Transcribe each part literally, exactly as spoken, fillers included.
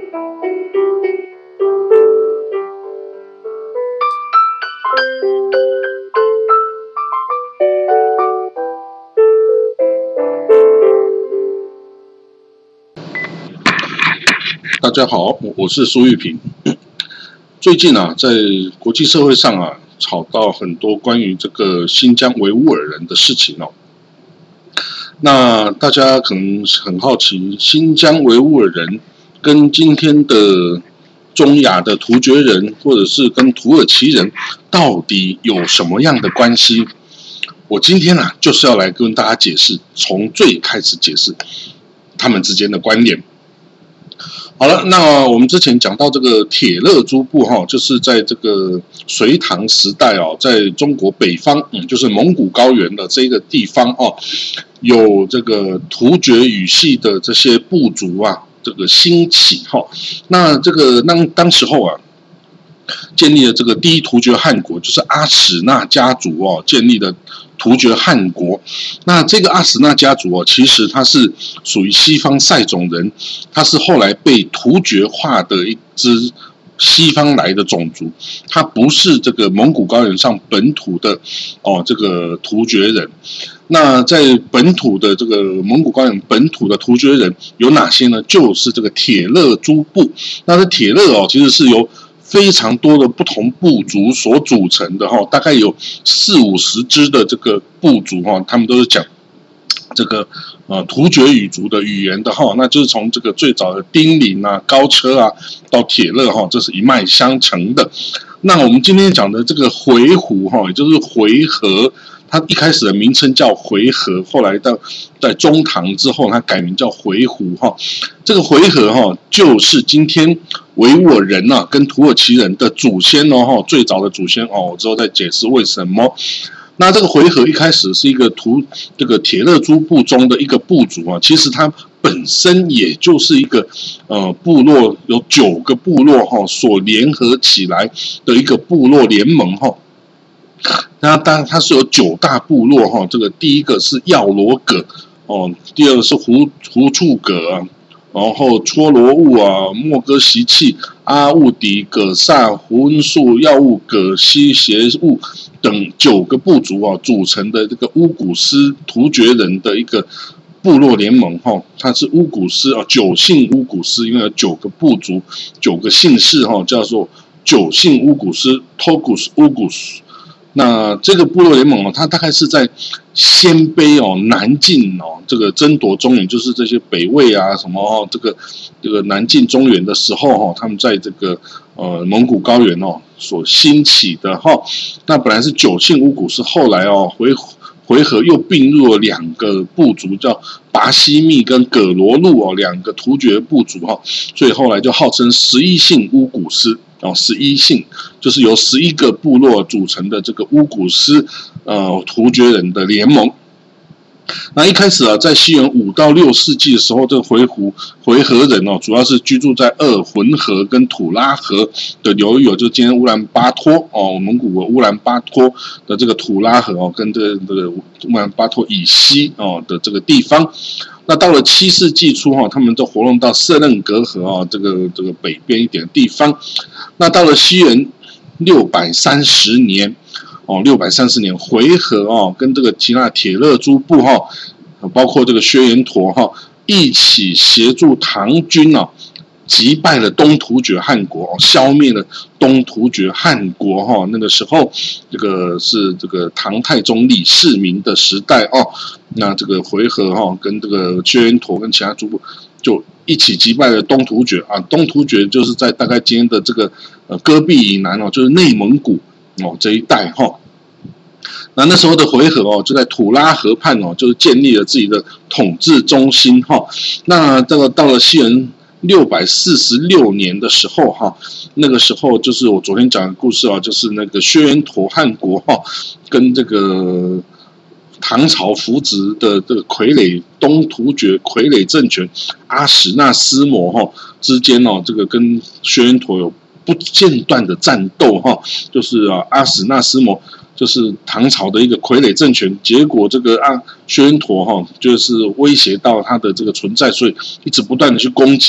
大家好，我是苏玉平。最近啊，在国际社会上啊，吵到很多关于这个新疆维吾尔人的事情哦。那大家可能很好奇，新疆维吾尔人跟今天的中亚的突厥人，或者是跟土耳其人，到底有什么样的关系？我今天啊，就是要来跟大家解释，从最开始解释他们之间的关联。好了，那我们之前讲到这个铁勒诸部哈，就是在这个隋唐时代哦，在中国北方，嗯，就是蒙古高原的这个地方哦，有这个突厥语系的这些部族啊，这个兴起哈。那这个当当时候啊，建立了这个第一突厥汗国，就是阿史那家族哦，建立的突厥汗国。那这个阿史那家族哦，其实它是属于西方塞种人，它是后来被突厥化的一支西方来的种族，它不是这个蒙古高原上本土的哦这个突厥人。那在本土的这个蒙古高原本土的突厥人有哪些呢？就是这个铁勒诸部。那这铁勒哦，其实是由非常多的不同部族所组成的哈，大概有四五十支的这个部族哈，他们都是讲这个呃突厥语族的语言的哈，那就是从这个最早的丁零啊、高车啊到铁勒哈，这是一脉相承的。那我们今天讲的这个回鹘哈，也就是回纥，它一开始的名称叫回纥，后来到在中唐之后，它改名叫回鹘哈。这个回纥哈，就是今天维吾尔人啊跟土耳其人的祖先哦哈，最早的祖先哦，我之后再解释为什么。那这个回纥一开始是一个图这个铁勒诸部中的一个部族啊，其实它本身也就是一个呃部落，有九个部落哈所联合起来的一个部落联盟哈。那当然它是有九大部落哈，这个第一个是耀罗葛哦，第二个是胡胡处葛啊，然后戳罗兀啊、莫哥习气、阿兀迪、葛萨、胡恩树、耀兀葛西协兀等九个部族啊组成的这个乌古斯突厥人的一个部落联盟哈，它是乌古斯啊，九姓乌古斯，因为有九个部族、九个姓氏哈，叫做九姓乌古斯 （Togus Ugus）。那这个部落联盟哦，它大概是在鲜卑哦、南晋哦，这个争夺中原，就是这些北魏啊什么哦，这个这个南晋中原的时候哈，他们在这个呃蒙古高原哦所兴起的哈。那本来是九姓乌古斯，后来哦回回纥又并入了两个部族，叫拔西密跟葛罗路哦，两个突厥部族哈，所以后来就号称十一姓乌古斯。哦，十一姓就是由十一个部落组成的这个乌古斯呃突厥人的联盟。那一开始啊，在西元五到六世纪的时候，这个回鹘回纥人哦，主要是居住在鄂浑河跟土拉河的流域哦，就今天乌兰巴托哦，蒙古的乌兰巴托的这个土拉河哦，跟这个这个乌兰巴托以西哦的这个地方。那到了七世纪初哈，他们就活动到色楞格河啊，这个这个北边一点的地方。那到了西元六百三十年哦，六百三十年回纥哦，跟这个其他铁勒诸部哈，包括这个薛延陀哈，一起协助唐军啊，击败了东突厥汗国，消灭了东突厥汗国哈。那个时候，这个是这个唐太宗李世民的时代哦。那这个回纥哈，跟这个薛延陀跟其他诸部就一起击败了东突厥啊。东突厥就是在大概今天的这个呃戈壁以南哦，就是内蒙古哦这一带哈。那那时候的回纥哦，就在土拉河畔哦，就是建立了自己的统治中心哈。那这个到了西元六百四十六年的时候哈，那个时候就是我昨天讲的故事啊，就是那个薛延陀汗国哈，跟这个唐朝扶植的这个傀儡东突厥傀儡政权阿史那思摩哈之间哦，这个跟薛延陀有不间断的战斗哈，就是啊阿史那思摩就是唐朝的一个傀儡政权，结果这个啊薛延陀哈就是威胁到他的这个存在，所以一直不断的去攻击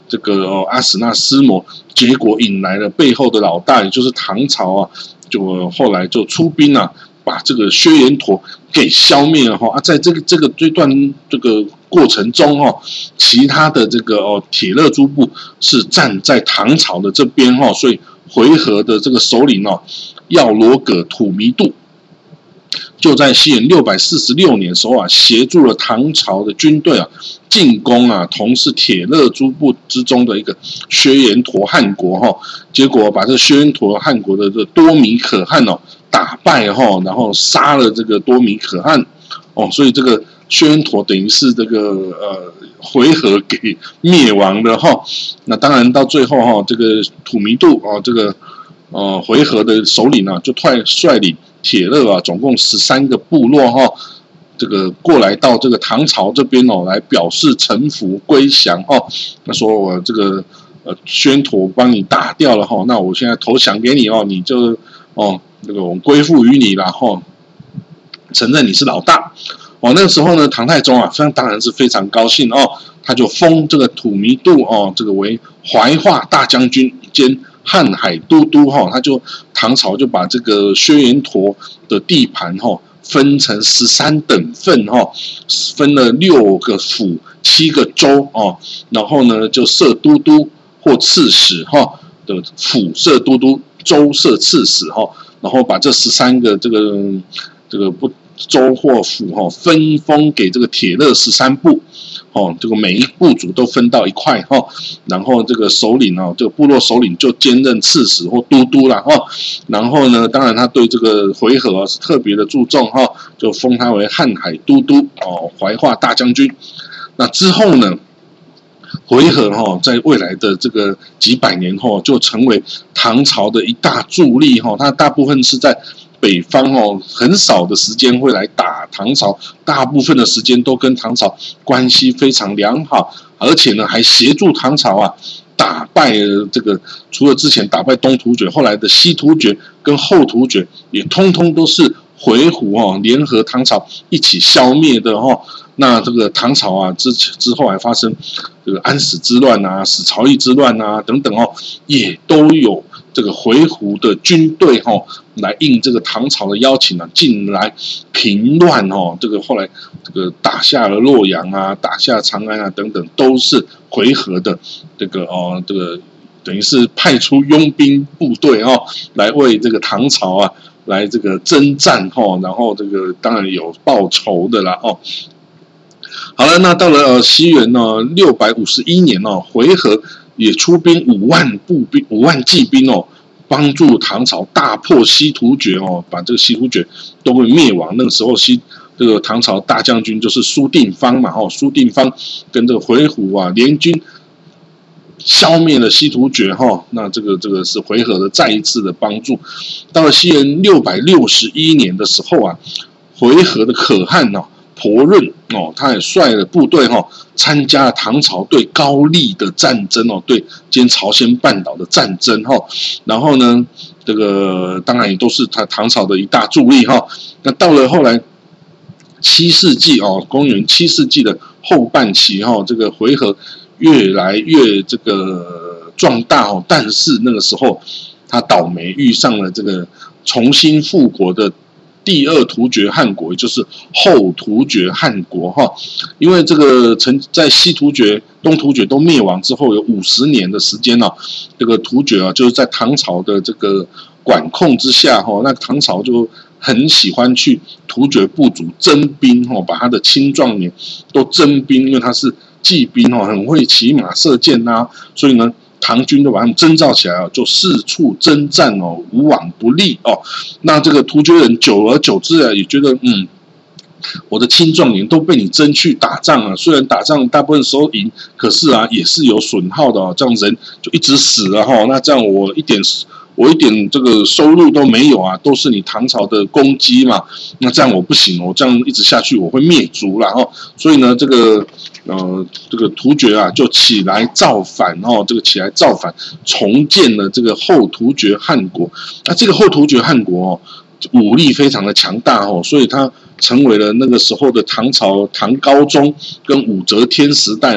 这个哦阿史那思摩，结果引来了背后的老大，也就是唐朝啊，就后来就出兵啊，把这个薛延陀给消灭了哈啊，在这个这个这段这个过程中哈，其他的这个哦铁勒诸部是站在唐朝的这边哈，所以回纥的这个首领哦耀罗葛土弥度，就在西元六百四十六年的时候啊，协助了唐朝的军队啊进攻啊，同是铁勒诸部之中的一个薛延陀汗国哈，结果把这个薛延陀汗国的这多米可汗哦打败哈，然后杀了这个多米可汗哦，所以这个薛延陀等于是这个呃回纥给灭亡的哈。那当然到最后哈，这个土弥度哦，这个呃回纥的首领啊，就率率领铁勒啊，总共十三个部落哈，这个过来到这个唐朝这边哦，来表示臣服归降哈。那说我这个呃薛延陀帮你打掉了哈，那我现在投降给你哦，你就哦这个我们归附于你了哈，承认你是老大。哦，那个时候呢，唐太宗啊，非常当然是非常高兴哦，他就封这个土弥度哦，这个为怀化大将军兼瀚海都督哈、哦，他就唐朝就把这个薛延陀的地盘哈、哦、分成十三等份哈、哦，分了六个府、七个州哦，然后呢就设都督或刺史哈、哦、的府设都督，州设刺史哈、哦，然后把这十三个这个这个不。州或府哈分封给这个铁勒十三部，哦，这个每一部族都分到一块哈，然后这个首领哦，这个部落首领就兼任刺史或都督啦哈，然后呢，当然他对这个回纥是特别的注重哈，就封他为瀚海都督哦，怀化大将军。那之后呢，回纥哈在未来的这个几百年后就成为唐朝的一大助力哈，他大部分是在北方哦，很少的时间会来打唐朝，大部分的时间都跟唐朝关系非常良好，而且呢还协助唐朝啊打败了这个，除了之前打败东突厥，后来的西突厥跟后突厥也通通都是回鹘哦联合唐朝一起消灭的哦。那这个唐朝啊之之后还发生这个安史之乱啊、史朝义之乱啊等等哦，也都有这个回鹘的军队哈、哦、来应这个唐朝的邀请啊，进来平乱哦。这个后来这个打下了洛阳啊，打下长安啊等等，都是回纥的这个哦，这个等于是派出佣兵部队哦，来为这个唐朝啊来这个征战哦，然后这个当然有报仇的啦哦。好了，那到了呃西元呢六百五十一年哦，回纥也出兵五万步兵、五万骑兵哦，帮助唐朝大破西突厥哦，把这个西突厥都会灭亡。那个时候西这个唐朝大将军就是苏定方嘛，哦，苏定方跟这个回鹘啊联军消灭了西突厥哈，那这个这个是回纥的再一次的帮助。到了西元六百六十一年的时候啊，回纥的可汗呢、哦。婆润哦，他也率了部队哈、哦，参加了唐朝对高丽的战争哦，对今朝鲜半岛的战争哈、哦。然后呢，这个当然也都是他唐朝的一大助力哈、哦。那到了后来七世纪哦，公元七世纪的后半期哈、哦，这个回纥越来越这个壮大哦，但是那个时候他倒霉遇上了这个重新复国的。第二突厥汗国，也就是后突厥汗国哈，因为这个曾在西突厥、东突厥都灭亡之后，有五十年的时间呢、啊，这个突厥啊，就是在唐朝的这个管控之下哈，那唐朝就很喜欢去突厥部族征兵哈，把他的青壮年都征兵，因为他是骑兵哦，很会骑马射箭呐，所以呢。唐军就把他们征召起来哦，就四处征战哦，无往不利哦。那这个突厥人久而久之啊，也觉得嗯，我的青壮年都被你征去打仗啊。虽然打仗大部分时候赢，可是啊也是有损耗的哦。这样人就一直死了哈、哦。那这样我一点我一点这个收入都没有啊，都是你唐朝的攻击嘛。那这样我不行哦，这样一直下去我会灭族了哦。所以呢，这个。呃，这个突厥啊，就起来造反哦，这个起来造反，重建了这个后突厥汗国。那这个后突厥汗国哦，武力非常的强大哦，所以它成为了那个时候的唐朝唐高宗跟武则天时代哦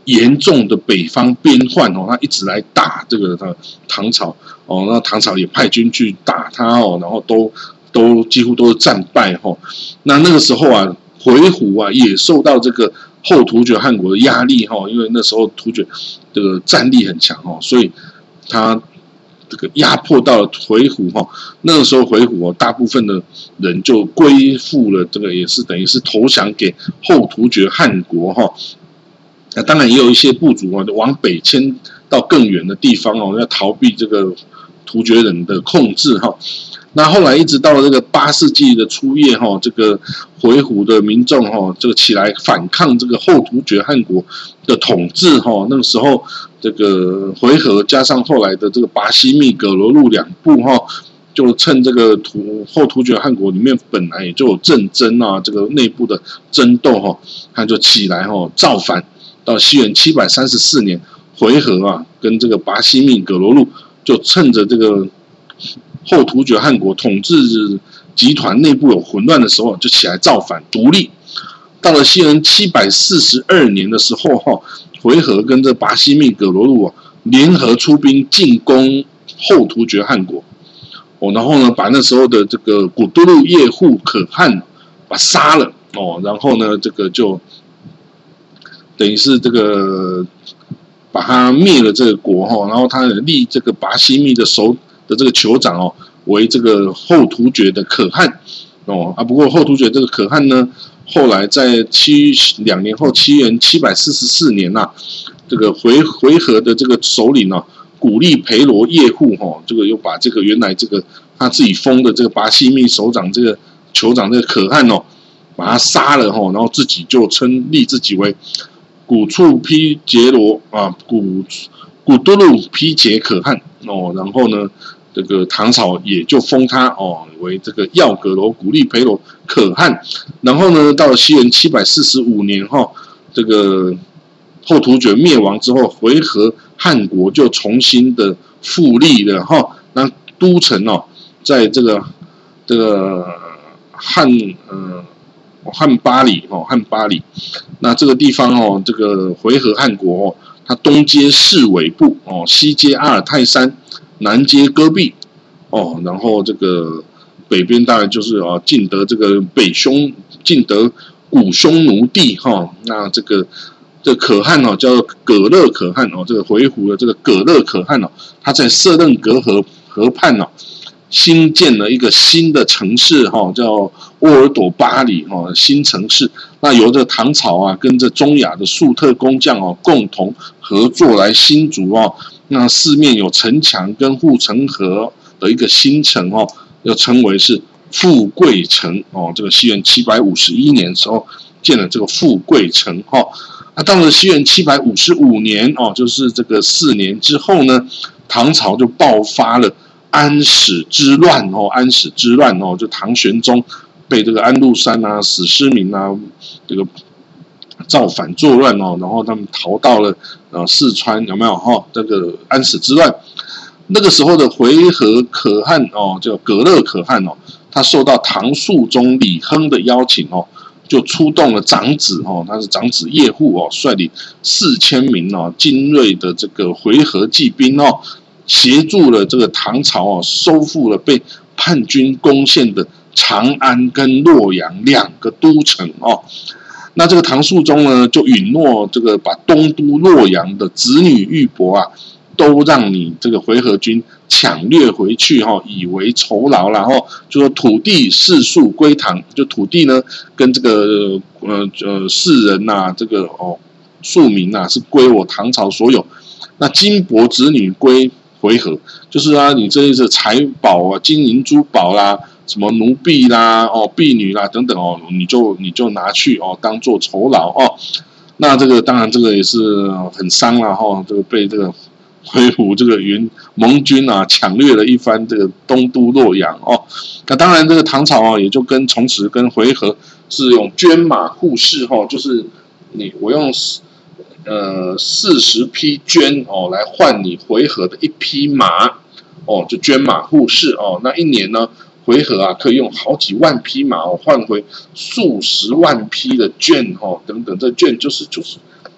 严重的北方边患哦，他一直来打这个唐朝哦，那唐朝也派军去打他哦，然后都都几乎都是战败哦。那那个时候啊，回鹘啊也受到这个后突厥汗国的压力哈，因为那时候突厥这个战力很强哦，所以他这个压迫到了回鹘哈。那个时候回鹘大部分的人就归附了，这个也是等于是投降给后突厥汗国哈。那当然也有一些部族啊，往北迁到更远的地方哦，要逃避这个突厥人的控制哈。那后来一直到这个八世纪的初叶哈，这个回鹘的民众哈，这个起来反抗这个后突厥汗国的统治哈。那个时候，这个回纥加上后来的这个拔西密、葛罗路两部哈，就趁这个突后突厥汗国里面本来也就有政争啊，这个内部的争斗哈，他就起来哈造反。到西元七百三十四年，回纥啊跟这个拔西密、葛罗路就趁着这个后突厥汗国统治集团内部有混乱的时候，就起来造反独立。到了西元七百四十二年的时候，哈，回纥跟这拔西密、葛罗路啊联合出兵进攻后突厥汗国，哦，然后呢，把那时候的这个古都路叶护可汗把杀了，哦，然后呢，这个就等于是这个把他灭了这个国哈，然后他立这个拔西密的首的这个酋长哦为这个后突厥的可汗哦啊，不过后突厥这个可汗呢，后来在七两年后，七元七百四十四年呐、啊，这个回回纥的这个首领呢、啊，古力培罗叶护哈，这个又把这个原来这个他自己封的这个拔西密首长这个酋长这个可汗哦，把他杀了哈，然后自己就称立自己为古处披杰罗啊，古古都路披杰可汗哦，然后呢，这个唐朝也就封他哦为这个耀格罗古力培罗可汗，然后呢，到了西元七百四十五年哈、哦，这个后突厥灭亡之后，回纥汗国就重新的复立了哈、哦，那都城哦，在这个这个汉呃。汉巴里哦，汉巴里，那这个地方哦，这个回纥汗国哦，它东接市尾部哦，西接阿尔泰山，南接戈壁哦，然后这个北边当然就是哦，晋得这个北匈，晋得古匈奴地哈、哦，那这个这个可汗哦，叫葛勒可汗哦，这个回鹘的这个葛勒可汗哦，他在色楞格河河畔哦。新建了一个新的城市哈，叫沃尔朵巴里哈新城市。那由这唐朝啊跟这中亚的粟特工匠哦共同合作来新筑哦。那四面有城墙跟护城河的一个新城哦，又称为是富贵城哦。这个西元七百五十一年的时候建了这个富贵城哈。那到了西元七百五十五年哦，就是这个四年之后呢，唐朝就爆发了安史之乱哦，安史之乱哦，就唐玄宗被这个安禄山啊、史思明啊这个造反作乱哦，然后他们逃到了呃四川，有没有哈、哦？这个安史之乱，那个时候的回纥可汗哦，叫葛勒可汗哦，他受到唐肃宗李亨的邀请哦，就出动了长子哦，他是长子叶护哦，率领四千名哦精锐的这个回纥骑兵哦。协助了这个唐朝哦，收复了被叛军攻陷的长安跟洛阳两个都城哦。那这个唐肃宗呢，就允诺这个把东都洛阳的子女玉帛啊，都让你这个回纥军抢掠回去哈、哦，以为酬劳，然后就说土地世庶归唐，就土地呢跟这个呃呃世人呐、啊，这个哦庶民呐、啊、是归我唐朝所有，那金帛子女归回纥，就是啊，你这些财宝啊、金银珠宝啦、什么奴婢啦、哦婢女啦等等哦，你就你就拿去哦，当做酬劳哦。那这个当然这个也是很伤了哈、哦，这个被这个回鹘这个云盟军啊抢掠了一番这个东都洛阳哦。那当然这个唐朝啊也就跟从此跟回纥是用捐马互市哈、哦，就是你我用。呃，四十匹绢哦，来换你回纥的一匹马哦，就绢马互市哦。那一年呢，回纥啊可以用好几万匹马哦，换回数十万匹的绢哦，等等，这绢就是就是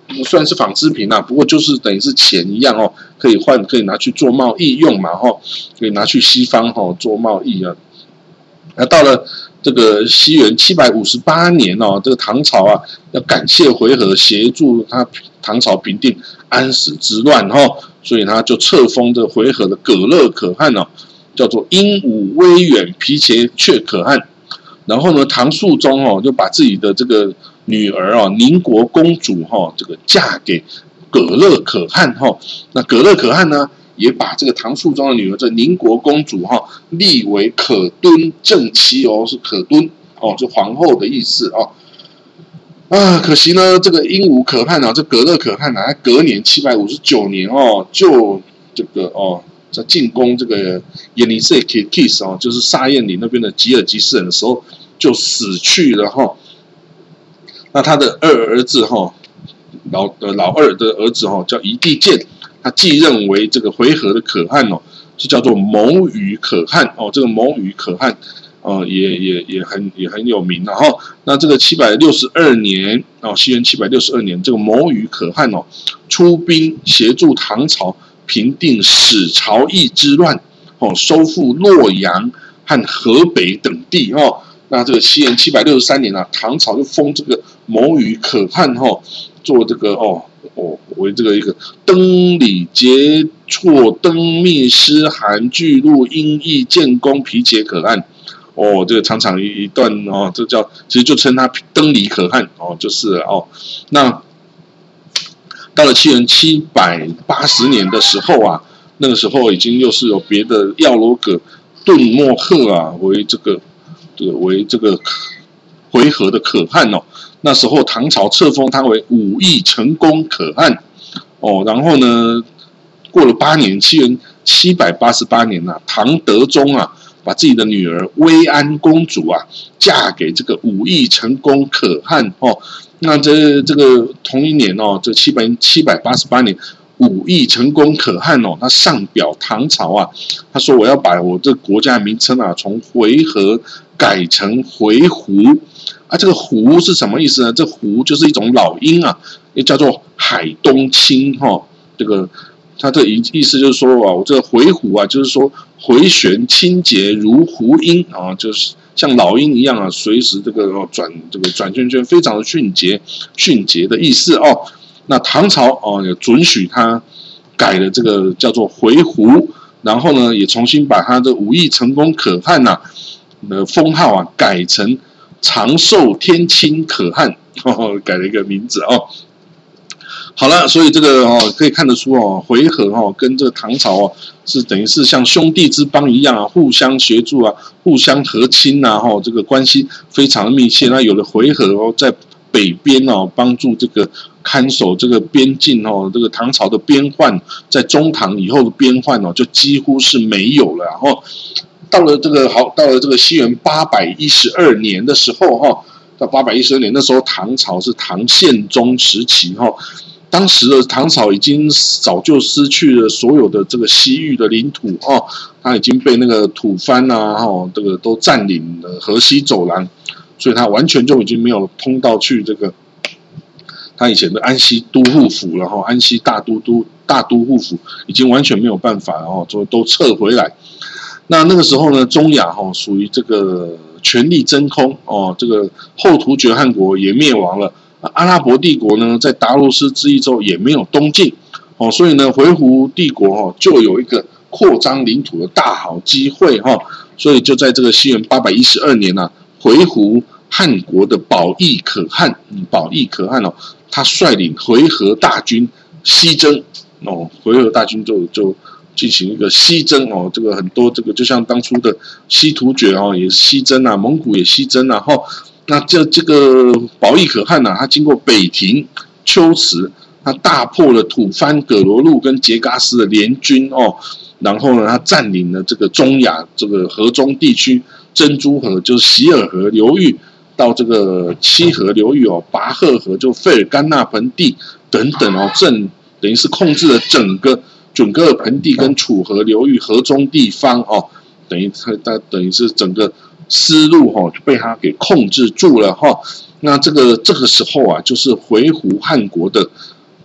虽然是纺织品啊，不过就是等于是钱一样哦，可以换，可以拿去做贸易用嘛，哈，可以拿去西方哈做贸易啊。那到了这个西元七百五十八年哦，这个唐朝啊，要感谢回纥协助他唐朝平定安史之乱哈，所以他就册封这个回纥的葛勒可汗哦，叫做英武威远皮茄却可汗。然后呢，唐肃宗哦就把自己的这个女儿哦宁国公主哈这个嫁给葛勒可汗哈。那葛勒可汗呢，也把这个唐肃宗的女儿这宁国公主哈立为可敦正妻哦，是可敦哦，就皇后的意思哦。啊，可惜呢，这个英武可汗啊，这葛勒可汗啊，隔年七百五十九年哦，就这个哦。在进攻这个耶尼塞基 kiss 哦，就是沙彦里那边的吉尔吉斯人的时候，就死去了哈。那他的二儿子哈，老呃老二的儿子哈叫夷狄建，他继任为这个回纥的可汗哦，就叫做蒙语可汗哦。这个蒙语可汗哦，也也也很也很有名了哈。那这个七百六十二年哦，西元七百六十二年，这个蒙语可汗哦，出兵协助唐朝平定史朝义之乱，哦，收复洛阳和河北等地，哦。那这个西元七百六十三年啊，唐朝就封这个蒙语可汗，哦，做这个哦哦为这个一个登礼节错登密师韩巨鹿英义建功皮茄可汗，哦，这个长长一段哦，这叫其实就称他登礼可汗，哦，就是哦，那。到了西元七百八十年的时候啊，那个时候已经又是有别的耀罗葛顿莫赫啊为这个这个为这个回纥的可汗哦。那时候唐朝册封他为武义成功可汗哦。然后呢，过了八年，西元七百八十八年啊，唐德宗啊把自己的女儿薇安公主啊嫁给这个武义成功可汗哦。那这这个同一年哦，这七百七百八十八年，武义成功可汗哦，他上表唐朝啊，他说我要把我这国家的名称啊，从回纥改成回鹘啊。这个鹘是什么意思呢？这鹘就是一种老鹰啊，也叫做海东青哈、哦。这个他的意意思就是说啊，我这个回鹘啊，就是说回旋清洁如鹘鹰啊，就是。像老鹰一样啊，随时这个哦转这个转圈圈，非常的迅捷，迅捷的意思哦。那唐朝哦也准许他改了这个叫做回鹘，然后呢也重新把他的武义成功可汗呐、啊、的封号啊改成长寿天亲可汗，哦，改了一个名字哦。好了，所以这个哦可以看得出哦，回纥哦跟这个唐朝哦是等于是像兄弟之邦一样啊，互相协助啊，互相和亲呐，哈、哦，这个关系非常的密切。那有了回纥哦，在北边哦帮助这个看守这个边境哦，这个唐朝的边患，在中唐以后的边患哦就几乎是没有了。然后到了这个好，到了这个西元八百一十二年的时候哈、哦，到八百一十二年那时候唐朝是唐宪宗时期哈、哦。当时的唐朝已经早就失去了所有的这个西域的领土哦，它已经被那个吐蕃啊，哦，这个都占领了河西走廊，所以它完全就已经没有通道去这个他以前的安西都护府了哈，安西大都督大都护府已经完全没有办法哦，都都撤回来。那那个时候呢，中亚哈属于这个权力真空哦，这个后突厥汗国也灭亡了。阿拉伯帝国呢，在达罗斯之役之后也没有东进，哦，所以呢，回鹘帝国哦就有一个扩张领土的大好机会哈、哦，所以就在这个西元八百一十二年呢、啊，回鹘汉国的保义可汗，嗯，保义可汗哦，他率领回纥大军西征，哦，回纥大军就就进行一个西征哦，这个很多这个就像当初的西突厥哦也西征啊，蒙古也西征啊，哈、哦。那这这个保义可汗呢、啊，他经过北庭、龟兹，他大破了吐蕃、葛罗路跟杰嘎斯的联军哦，然后呢，他占领了这个中亚这个河中地区，珍珠河就是希尔河流域到这个七河流域哦，拔河河就费尔干纳盆地等等哦，正等于是控制了整个准噶尔盆地跟楚河流域河中地方哦，等于他他等于是整个。思路哈、哦、就被他给控制住了哈、哦，那这个这个时候啊，就是回鹘汗国的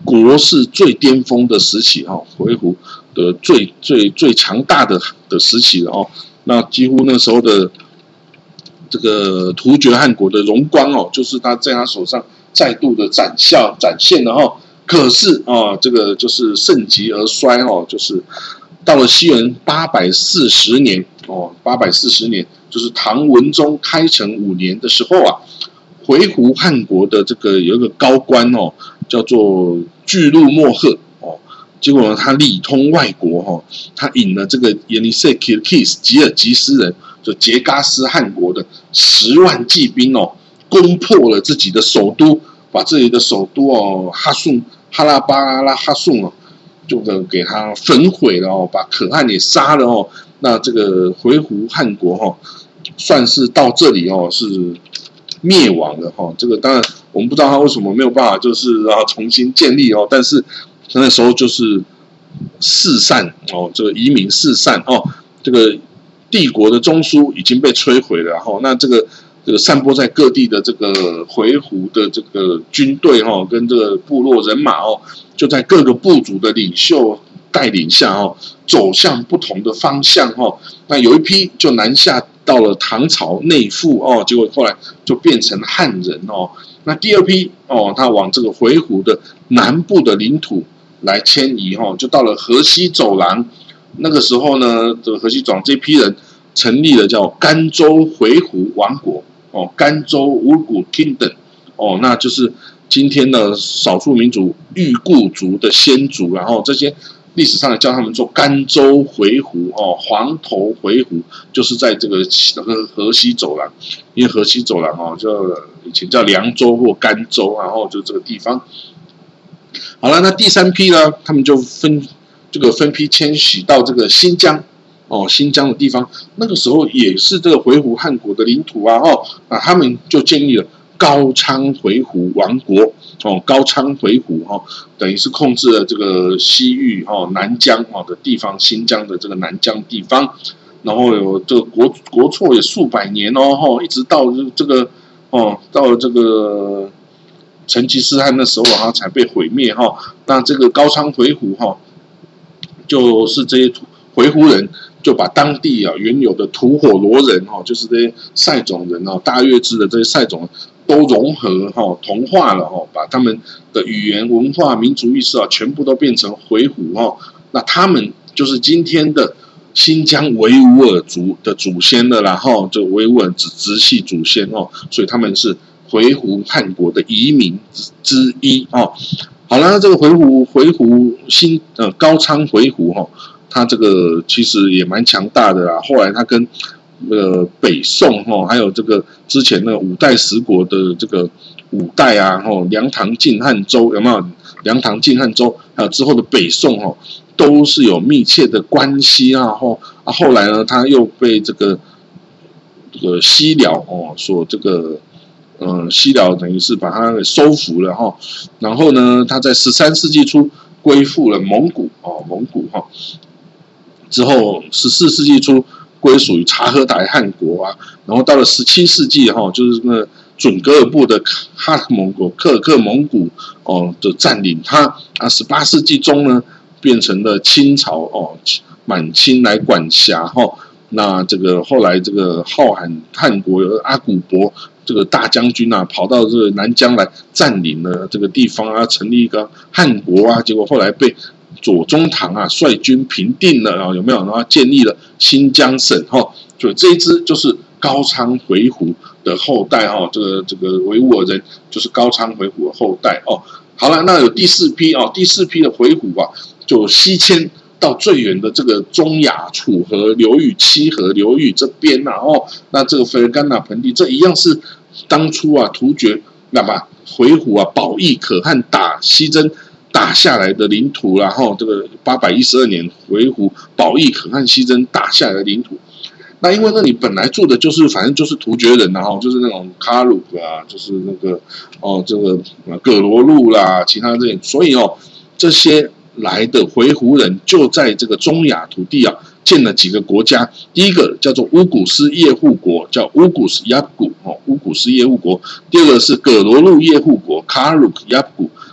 国势最巅峰的时期哈，回鹘的最最最强大的的时期了哦。那几乎那时候的这个突厥汗国的荣光哦，就是他在他手上再度的展现展现了哈。可是啊，这个就是盛极而衰哦，就是到了西元八百四十年哦，八百四十年就是唐文宗开成五年的时候啊，回鹘汗国的这个有一个高官哦，叫做巨鹿莫赫哦，结果呢，他力通外国哦，他引了这个耶尼塞 Kirkis 吉尔吉斯人，就杰嘎斯汗国的十万骑兵哦，攻破了自己的首都。把这里的首都哦哈顺哈拉巴拉哈顺哦，就给他焚毁了哦，把可汗也杀了哦。那这个回鹘汗国哦，算是到这里哦是灭亡了哈。这个当然我们不知道他为什么没有办法就是啊重新建立哦，但是那时候就是四散哦，这个移民四散哦，这个帝国的中枢已经被摧毁了哈。那这个。这个散播在各地的这个回鹘的这个军队哈、哦，跟这个部落人马哦，就在各个部族的领袖带领下哦，走向不同的方向哦。那有一批就南下到了唐朝内附哦，结果后来就变成汉人哦。那第二批哦，他往这个回鹘的南部的领土来迁移哦，就到了河西走廊。那个时候呢，这个河西走廊这批人成立了叫甘州回鹘王国。哦，甘州乌古 Kingdom， 哦，那就是今天的少数民族裕固族的先祖，然后这些历史上的叫他们做甘州回鹘哦，黄头回鹘，就是在这个河西走廊，因为河西走廊哦，就以前叫凉州或甘州，然后就这个地方。好了，那第三批呢，他们就分这个分批迁徙到这个新疆。哦，新疆的地方，那个时候也是这个回鹘汗国的领土啊，哦，啊，他们就建立了高昌回鹘王国，哦，高昌回鹘哈、哦，等于是控制了这个西域哦南疆哦的地方，新疆的这个南疆地方，然后有这个国国祚也数百年哦，哦，一直到这个哦到了这个成吉思汗那时候啊才被毁灭哈、哦，那这个高昌回鹘哈、哦，就是这些回鹘人。就把当地啊原有的吐火罗人哈、哦，就是这些塞种人哦，大月支的这些塞种人都融合哈、哦、同化了哈、哦，把他们的语言、文化、民族意识啊全部都变成回鹘哈、哦。那他们就是今天的新疆维吾尔族的祖先了啦哈，就维吾尔直直系祖先哦，所以他们是回鹘汗国的移民之一哦。好了，这个回鹘回鹘新呃高昌回鹘哈。哦他这个其实也蛮强大的啦。后来他跟呃北宋哈，还有这个之前那个五代十国的这个五代啊，哈梁唐晋汉周有没有？梁唐晋汉周，还有之后的北宋哈，都是有密切的关系啊。后啊后来呢，他又被这个这个西辽哦所这个呃西辽等于是把他给收服了哈。然后呢，他在十三世纪初归附了蒙古哦，蒙古哈。之后，十四世纪初归属于察合台汗国啊，然后到了十七世纪哈，就是那准噶尔部的哈克蒙古、克尔克蒙古哦的占领它啊。十八世纪中呢，变成了清朝哦，满清来管辖哈。那这个后来这个浩罕汗国有阿古柏这个大将军啊，跑到这个南疆来占领了这个地方啊，成立一个汗国啊，结果后来被左宗棠啊率军平定了啊，有没有？然后建立了新疆省哈，所以这一支就是高昌回鹘的后代哈，这个这个维吾尔人就是高昌回鹘的后代哦。好了，那有第四批哦，第四批的回鹘啊，就西迁到最远的这个中亚楚河流域、七河流域这边呐、啊、哦，那这个菲尔干纳盆地，这一样是当初啊突厥那把回鹘啊保义可汗打西征。打下来的领土，然后这个八百一十二年回鹘保义可汗西征打下来的领土，那因为那里本来住的就是反正就是突厥人然后就是那种喀鲁啊，就是那个哦这个葛罗路啦，其他这些，所以哦这些来的回鹘人就在这个中亚土地啊建了几个国家，第一个叫做乌古斯叶护国，叫乌古斯亚古哦乌古斯叶护国，第二个是葛罗路叶护国卡鲁亚古。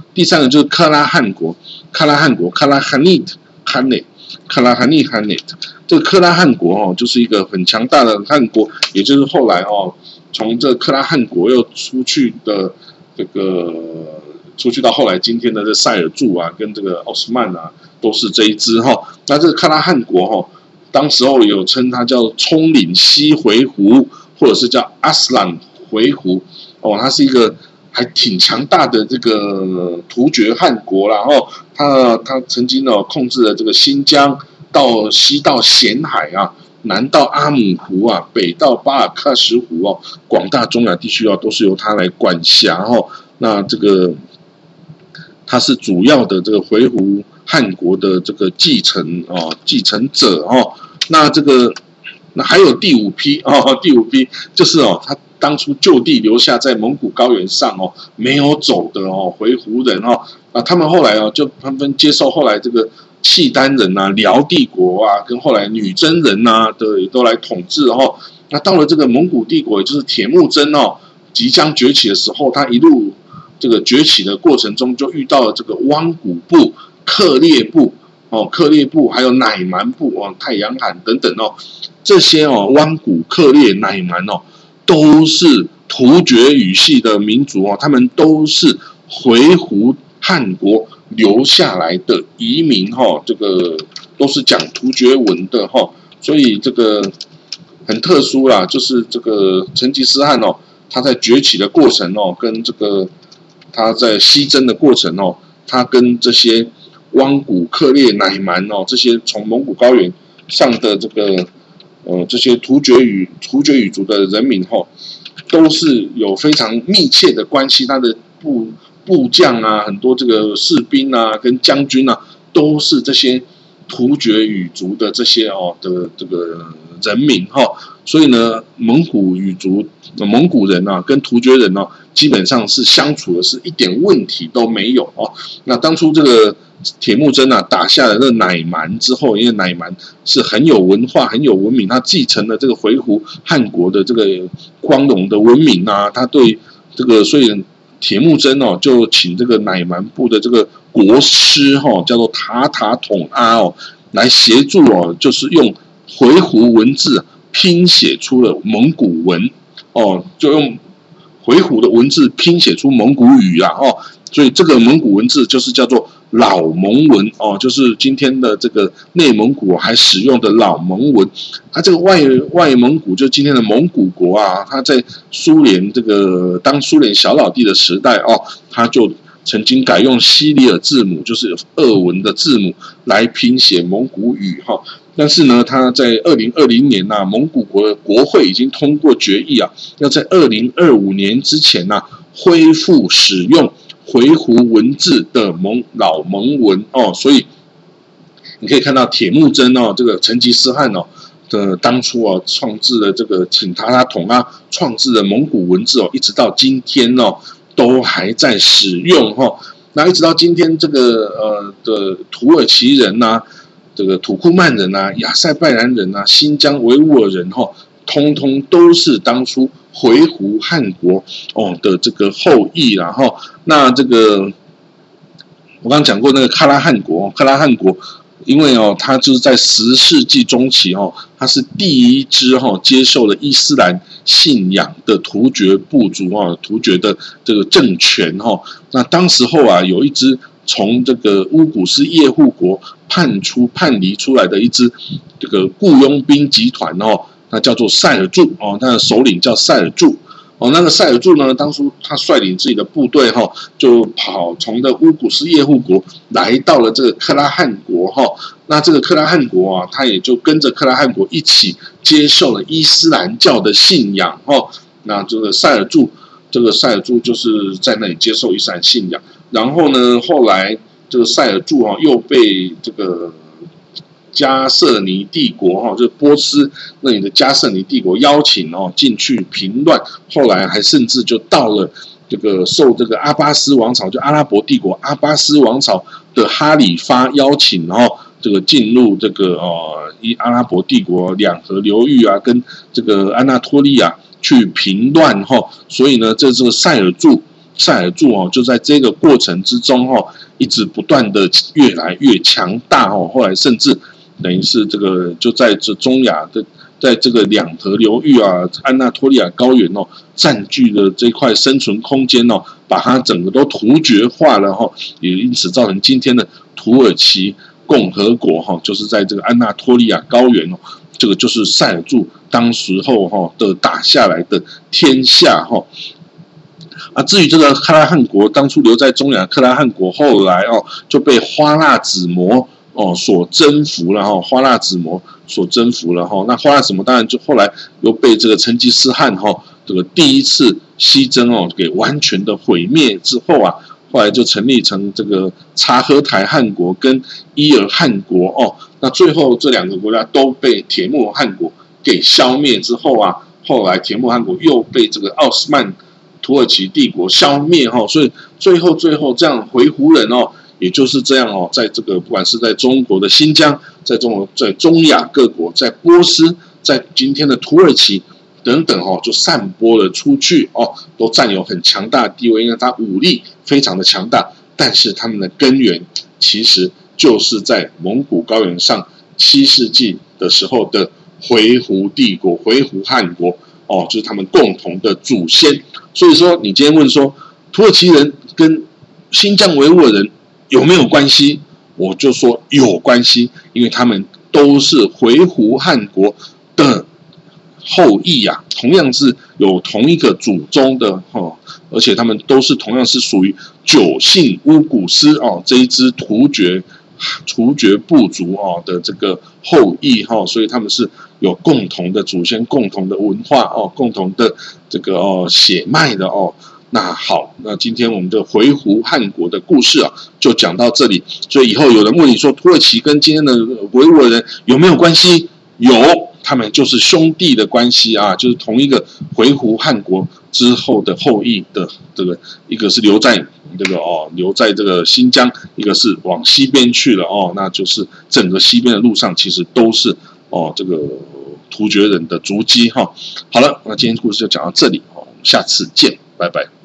第三个就是克拉汗国，克拉汗国，克拉汗尼特汗内，克拉汗尼汗内。这个克拉汗国哦，就是一个很强大的汗国，也就是后来哦，从这克拉汗国又出去的这个，出去到后来今天的这塞尔柱啊，跟这个奥斯曼啊，都是这一支哈、哦。那这个克拉汗国哦，当时候有称它叫冲领西回鹘，或者是叫阿斯兰回鹘哦，它是一个还挺强大的这个突厥汗国啦。哦，它它曾经呢、哦、控制了这个新疆。到西到咸海啊，南到阿姆湖啊，北到巴尔喀什湖哦，广大中亚地区哦，都是由他来管辖哦。那这个他是主要的这个回鹘汗国的这个继承哦，继承者哦。那这个那还有第五批哦，第五批就是哦，他当初就地留下在蒙古高原上哦，没有走的哦，回鹘人哦。那他们后来哦，就纷纷接受后来这个。契丹人啊，辽帝国啊，跟后来女真人啊的也都来统治哦。那到了这个蒙古帝国，也就是铁木真哦，即将崛起的时候，他一路这个崛起的过程中，就遇到了这个汪古部、克烈部哦，克烈部还有乃蛮部哦，太阳汗等等哦，这些哦，汪古、克烈、乃蛮哦，都是突厥语系的民族哦，他们都是回鹘汗国。留下来的移民哈，这个都是讲突厥文的哈，所以这个很特殊啦，就是这个成吉思汗哦，他在崛起的过程哦，跟这个他在西征的过程哦，他跟这些汪古、克烈、乃蛮哦，这些从蒙古高原上的这个呃这些突厥语突厥语族的人民哈，都是有非常密切的关系，他的部。部将啊，很多这个士兵啊，跟将军啊，都是这些突厥语族的这些哦的这个人民哈、哦，所以呢，蒙古语族、蒙古人啊，跟突厥人哦，基本上是相处的是一点问题都没有哦。那当初这个铁木真啊打下了那乃蛮之后，因为乃蛮是很有文化、很有文明，他继承了这个回鹘汗国的这个光荣的文明啊，他对这个所以。铁木真哦，就请这个乃蛮部的这个国师哈、哦，叫做塔塔统阿哦，来协助哦，就是用回鹘文字拼写出了蒙古文哦，就用回鹘的文字拼写出蒙古语啊哦，所以这个蒙古文字就是叫做老蒙文哦，就是今天的这个内蒙古还使用的老蒙文。它、啊、这个外外蒙古就今天的蒙古国啊，它在苏联这个当苏联小老弟的时代哦，它就曾经改用西里尔字母，就是俄文的字母来拼写蒙古语哈、哦。但是呢，它在二零二零年呐、啊，蒙古国的国会已经通过决议啊，要在二零二五年之前呐、啊，恢复使用回鹘文字的蒙老蒙文哦，所以你可以看到铁木真哦，这个成吉思汗哦的当初哦创制了这个请塔塔统阿创制的蒙古文字哦，一直到今天哦都还在使用哦。那一直到今天这个呃的土耳其人呐、啊，这个土库曼人呐、啊，亚塞拜然人呐、啊，新疆维吾尔人哈、哦，通通都是当初回鹘汗国哦的这个后裔啦哈。那这个我刚刚讲过那个喀拉汗国，喀拉汗国。因为哦，它就是在十世纪中期哦，它是第一支哦接受了伊斯兰信仰的突厥部族哦，突厥的这个政权哦。那当时候啊，有一支从这个乌古斯叶护国叛出叛离出来的一支这个雇佣兵集团哦，那叫做塞尔柱哦，他的首领叫塞尔柱。哦，那个塞尔柱呢，当初他率领自己的部队哈、哦，就跑从的乌古斯叶护国来到了这个克拉汗国哈、哦。那这个克拉汗国啊，他也就跟着克拉汗国一起接受了伊斯兰教的信仰哦。那这个塞尔柱，这个塞尔柱就是在那里接受伊斯兰信仰。然后呢，后来这个塞尔柱啊，又被这个加瑟尼帝国哈，就是波斯那里的加瑟尼帝国邀请哦进去平乱，后来还甚至就到了这个受这个阿巴斯王朝，就阿拉伯帝国阿巴斯王朝的哈里发邀请，然后这个进入这个呃以阿拉伯帝国两河流域啊，跟这个安纳托利亚去平乱哈，所以呢，这这个塞尔柱塞尔柱哦，就在这个过程之中哦，一直不断的越来越强大哦，后来甚至等于是这个就在这中亚的。在这个两河流域啊，安纳托利亚高原哦，占据了这块生存空间哦，把它整个都突厥化了哈、哦，也因此造成今天的土耳其共和国哈、哦，就是在这个安纳托利亚高原哦，这个就是塞尔柱当时候哈、哦、的打下来的天下哈、哦。啊，至于这个克拉汉国当初留在中亚，克拉汉国后来哦就被花剌子模。哦，所征服了哈，花剌子模所征服了哈。那花剌子模当然就后来又被这个成吉思汗哈，这个第一次西征哦，给完全的毁灭之后啊，后来就成立成这个察合台汗国跟伊尔汗国哦。那最后这两个国家都被铁木汗国给消灭之后啊，后来铁木汗国又被这个奥斯曼土耳其帝国消灭哈，所以最后最后这样回鹘人哦。也就是这样哦，在这个不管是在中国的新疆，在中国在中亚各国，在波斯，在今天的土耳其等等哦，就散播了出去哦，都占有很强大的地位，因为它武力非常的强大，但是他们的根源其实就是在蒙古高原上七世纪的时候的回鹘帝国、回鹘汗国哦，就是他们共同的祖先。所以说，你今天问说土耳其人跟新疆维吾尔人有没有关系？我就说有关系，因为他们都是回鹘汗国的后裔啊，同样是有同一个祖宗的哦，而且他们都是同样是属于九姓乌古斯哦这一支突厥突厥部族哦的这个后裔哈、哦，所以他们是有共同的祖先、共同的文化哦、共同的这个哦血脉的哦。那好，那今天我们的回鹘汗国的故事啊，就讲到这里。所以以后有人问你说，土耳其跟今天的维吾尔人有没有关系？有，他们就是兄弟的关系啊，就是同一个回鹘汗国之后的后裔的这个，一个是留在这个哦，留在这个新疆，一个是往西边去了哦，那就是整个西边的路上其实都是哦这个突厥人的足迹哈。好了，那今天故事就讲到这里，我们下次见，拜拜。